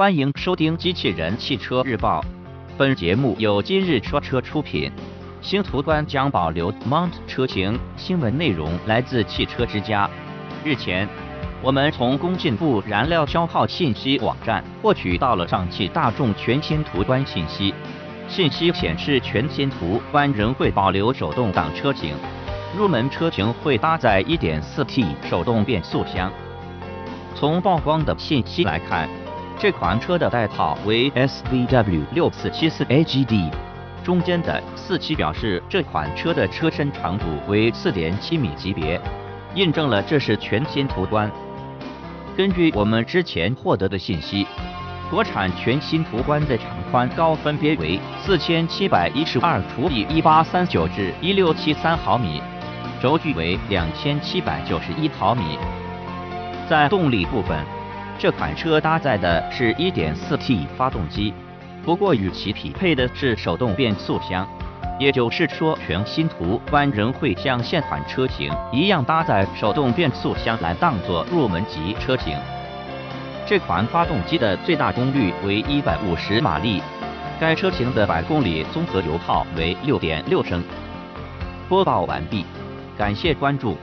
欢迎收听机器人汽车日报，本节目由今日说车出品。新途观将保留 Mount 车型，新闻内容来自汽车之家。日前，我们从工信部燃料消耗信息网站获取到了上汽大众全新途观信息。信息显示，全新途观仍会保留手动挡车型，入门车型会搭载 1.4T 手动变速箱。从曝光的信息来看，这款车的代号为 SVW6474AGD， 中间的47表示这款车的车身长度为 4.7 米级别，印证了这是全新途观。根据我们之前获得的信息，国产全新途观的长宽高分别为4712×1839至1673毫米，轴距为2791毫米。在动力部分，这款车搭载的是 1.4T 发动机，不过与其匹配的是手动变速箱，也就是说全新途观仍会像现款车型一样搭载手动变速箱来当作入门级车型。这款发动机的最大功率为150马力，该车型的百公里综合油耗为 6.6 升。播报完毕，感谢关注。